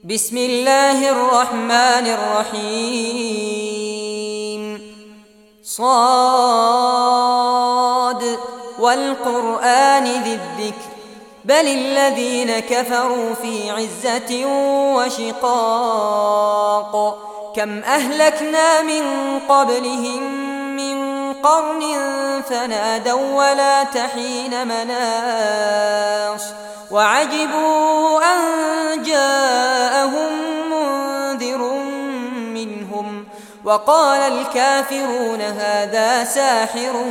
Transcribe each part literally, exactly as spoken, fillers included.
بسم الله الرحمن الرحيم صاد والقرآن ذي الذكر بل الذين كفروا في عزة وشقاق كم أهلكنا من قبلهم من قرن فنادوا ولا تحين مناص وعجبوا أن جاءهم منذر منهم وقال الكافرون هذا ساحر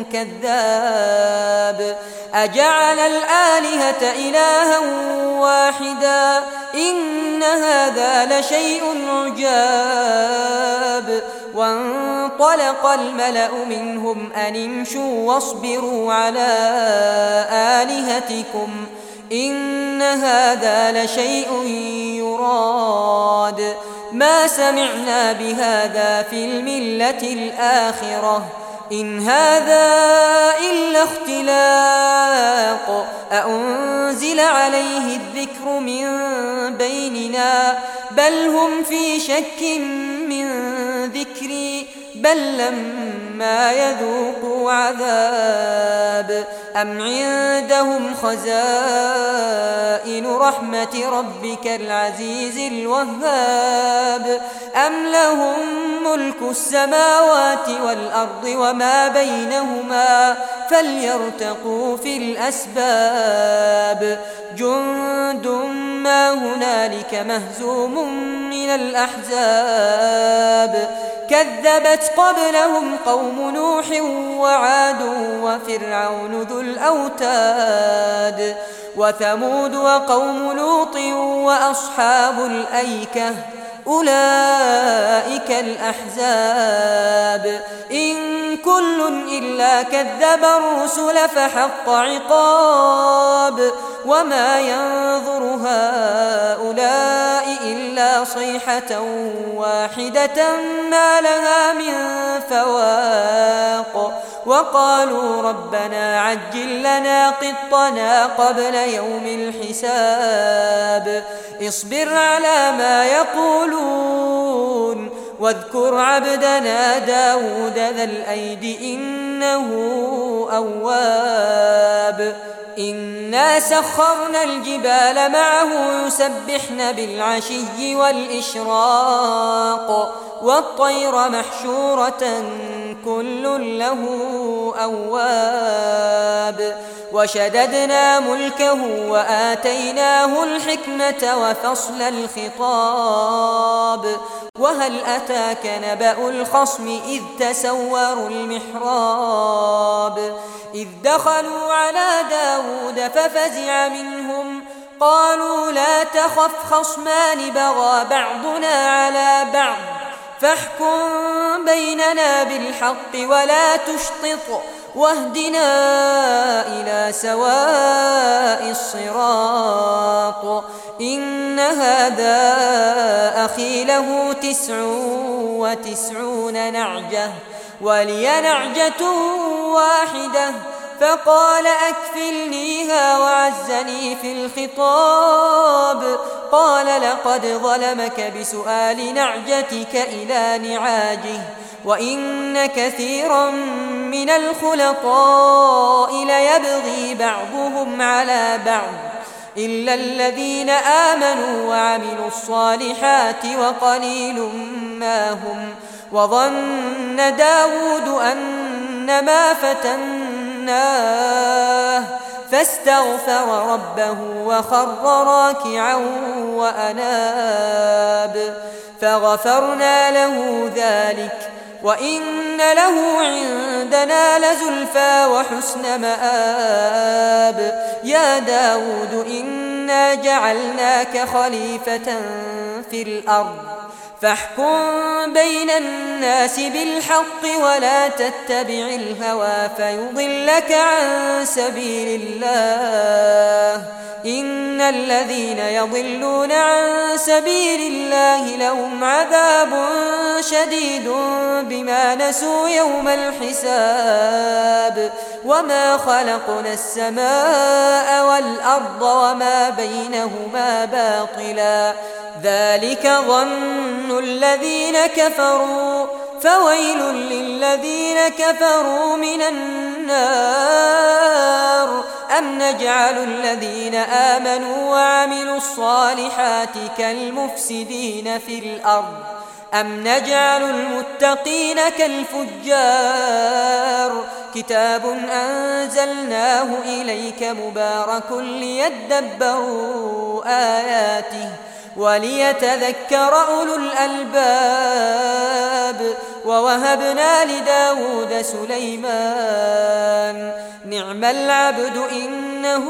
كذاب أجعل الآلهة إلها واحدا إن هذا لشيء عجاب وانطلق الملأ منهم أن امشوا واصبروا على آلهتكم إن هذا لشيء يراد ما سمعنا بهذا في الملة الآخرة إن هذا إلا اختلاق أأنزل عليه الذكر من بيننا بل هم في شك من ذكري بل لما يذوقوا عذاب أم عندهم خزائن رحمة ربك العزيز الوهاب أم لهم ملك السماوات والأرض وما بينهما فليرتقوا في الأسباب جند ما هنالك مهزوم من الأحزاب كذبت قبلهم قوم نوح وعاد وفرعون ذو الأوتاد وثمود وقوم لوط وأصحاب الأيكة أولئك الأحزاب إن كل إلا كذب الرسل فحق عقاب وما ينظر هؤلاء إلا صيحة واحدة ما لها من فواق وقالوا ربنا عجل لنا قطنا قبل يوم الحساب اصبر على ما يقولون واذكر عبدنا داود ذا الأيد إنه أواب إنا سخرنا الجبال معه يسبحن بالعشي والإشراق والطير محشورة كل له أواب وشددنا ملكه وآتيناه الحكمة وفصل الخطاب وهل أتاك نبأ الخصم إذ تسوروا المحراب إذ دخلوا على داود ففزع منهم قالوا لا تخف خصمان بغى بعضنا على بعض فاحكم بيننا بالحق ولا تشطط واهدنا إلى سواء الصراط إن هذا أخي له تسع وتسعون نعجة ولي نعجة واحدة فقال أكفلنيها وعزني في الخطاب قال لقد ظلمك بسؤال نعجتك إلى نعاجه وإن كثيرا من الخلطاء ليبغي بعضهم على بعض إلا الذين آمنوا وعملوا الصالحات وقليل ما هم وظن داود أنما فتناه فاستغفر ربه وخر راكعا وأناب فغفرنا له ذلك وإن له عندنا لزلفى وحسن مآب يا داود إنا جعلناك خليفة في الأرض فاحكم بين الناس بالحق ولا تتبع الهوى فيضلك عن سبيل الله إن الذين يضلون عن سبيل الله لهم عذاب شديد بما نسوا يوم الحساب وما خلقنا السماء والأرض وما بينهما باطلا ذلك ظن الذين كفروا فويل للذين كفروا من النار أم نجعل الذين آمنوا وعملوا الصالحات كالمفسدين في الأرض أم نجعل المتقين كالفجار كتاب أنزلناه إليك مبارك ليدبروا آياته وليتذكر أولو الألباب ووهبنا لداود سليمان نعم العبد إنه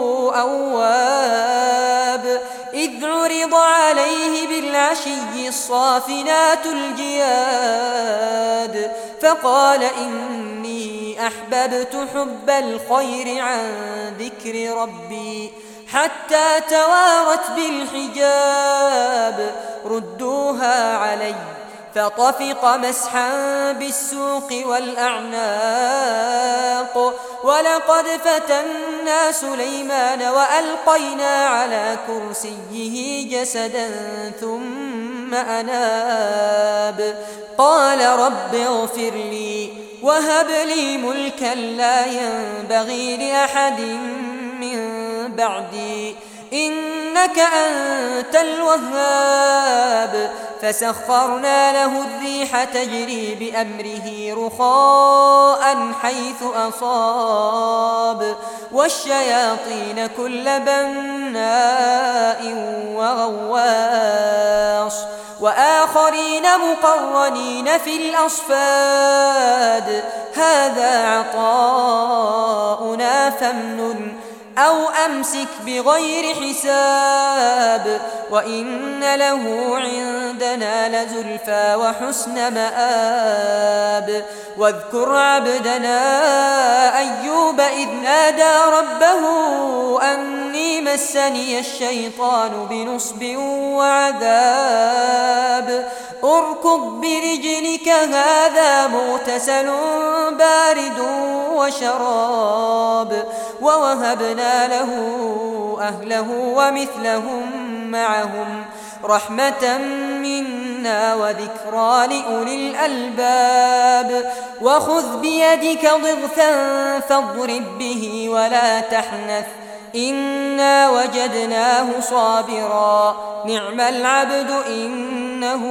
أواب إذ عرض عليه بالعشي الصافنات الجياد فقال إني أحببت حب الخير عن ذكر ربي حتى توارت بالحجاب ردوها علي فطفق مسحا بالسوق والأعناق ولقد فتنا سليمان وألقينا على كرسيه جسدا ثم أناب قال رب اغفر لي وهب لي ملكا لا ينبغي لأحد من بعدي إنك أنت الوهاب فسخرنا له الريح تجري بأمره رخاء حيث أصاب والشياطين كل بناء وغواص وآخرين مقرنين في الأصفاد هذا عطاؤنا فامنن أو أمسك بغير حساب وإن له عندنا لزلفى وحسن مآب واذكر عبدنا أيوب إذ نادى ربه أني مسني الشيطان بنصب وعذاب اركض برجلك هذا مغتسل بارد وشراب ووهبنا له أهله ومثلهم معهم رحمة منا وذكرى لأولي الألباب وخذ بيدك ضغثا فاضرب به ولا تحنث إنا وجدناه صابرا نعم العبد إنه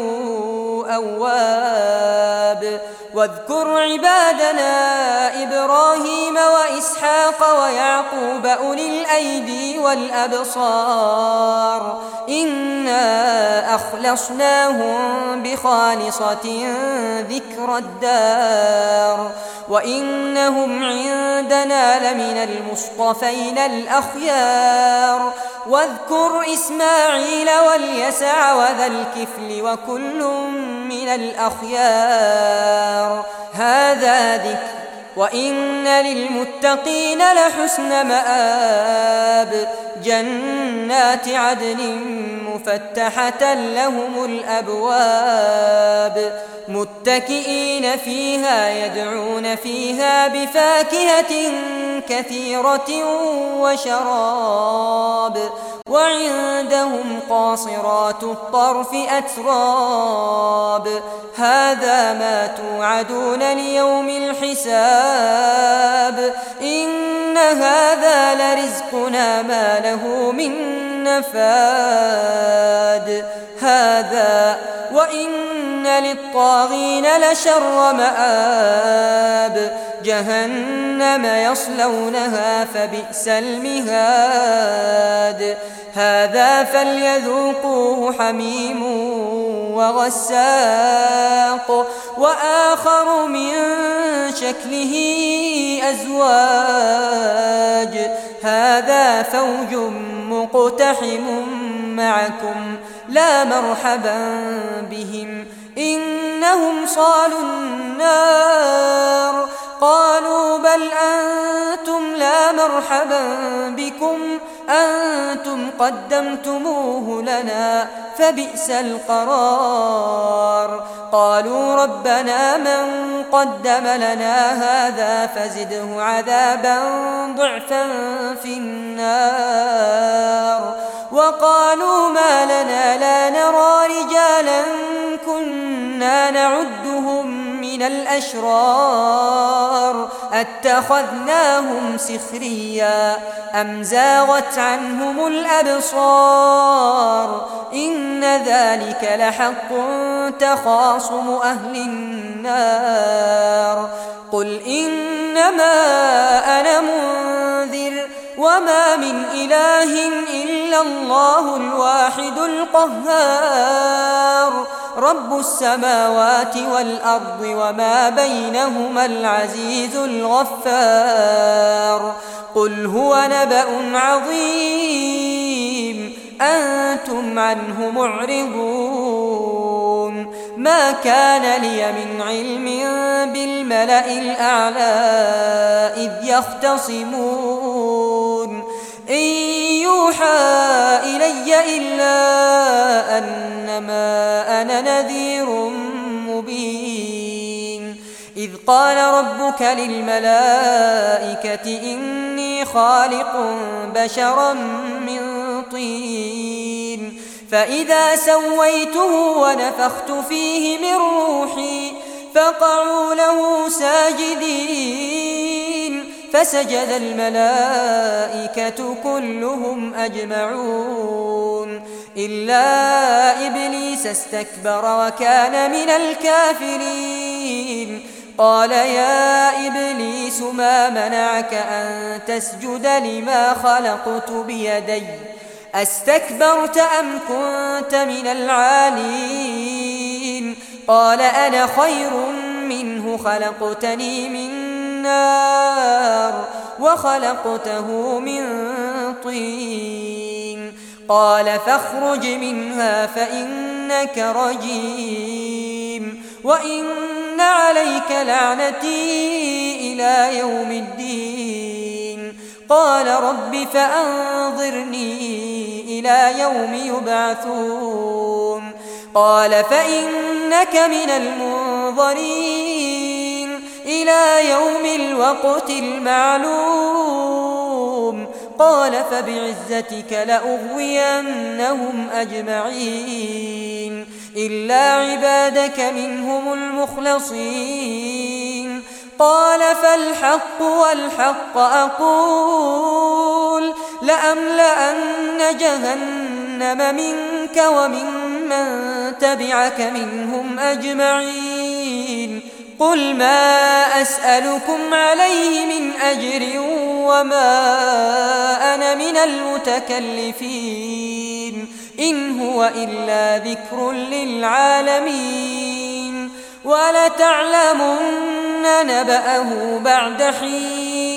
أواب واذكر عبادنا إبراهيم وإسحاق ويعقوب أولي الأيدي والأبصار إنا أخلصناهم بخالصة ذكر الدار وإنهم عندنا لمن المصطفين الأخيار واذكر إسماعيل واليسع وذا الكفل وكل من الأخيار هذا ذكر وإن للمتقين لحسن مآب جنات عدن مفتحة لهم الأبواب متكئين فيها يدعون فيها بفاكهة كثيرة وشراب وعندهم قاصرات الطرف أتراب هذا ما توعدون ليوم الحساب إن هذا لرزقنا ما له من نفاد هذا وإن للطاغين لشر مآب جهنم يصلونها فبئس المهاد هذا فليذوقوه حميم وغساق وآخر من شكله أزواج هذا فوج مقتحم معكم لا مرحبا بهم إنهم صالوا النار قالوا بل أنتم لا مرحبا بكم أنتم قدمتموه لنا فبئس القرار قالوا ربنا من قدم لنا هذا فزده عذابا ضعفا في النار وقالوا ما لنا لا نرى رجالا كنا نعدهم من الأشرار أتخذناهم سخريا أم زاغت عنهم الأبصار إن ذلك لحق تخاصم أهل النار قل إنما أنا منذر وما من إله إلا الله الواحد القهار رب السماوات والأرض وما بينهما العزيز الغفار قل هو نبأ عظيم أنتم عنه معرضون ما كان لي من علم بالملأ الأعلى إذ يختصمون إن يوحى إلي إلا أنما أنا نذير مبين إذ قال ربك للملائكة إني خالق بشرا من طين فإذا سويته ونفخت فيه من روحي فقعوا له ساجدين فسجد الملائكة كلهم أجمعون إلا إبليس استكبر وكان من الكافرين قال يا إبليس ما منعك أن تسجد لما خلقت بيدي أستكبرت أم كنت من العالين قال أنا خير منه خلقتني من نار وخلقته من طين قال فاخرج منها فإنك رجيم وإن عليك لعنتي إلى يوم الدين قال رب فأنظرني إلى يوم يبعثون قال فإنك من المنظرين إلى يوم الوقت المعلوم قال فبعزتك لأغوينهم أجمعين إلا عبادك منهم المخلصين قال فالحق والحق أقول لأملأن جهنم منك وممن تبعك منهم أجمعين قل ما أسألكم عليه من أجر وما أنا من المتكلفين إن هو إلا ذكر للعالمين ولتعلمن نبأه بعد حين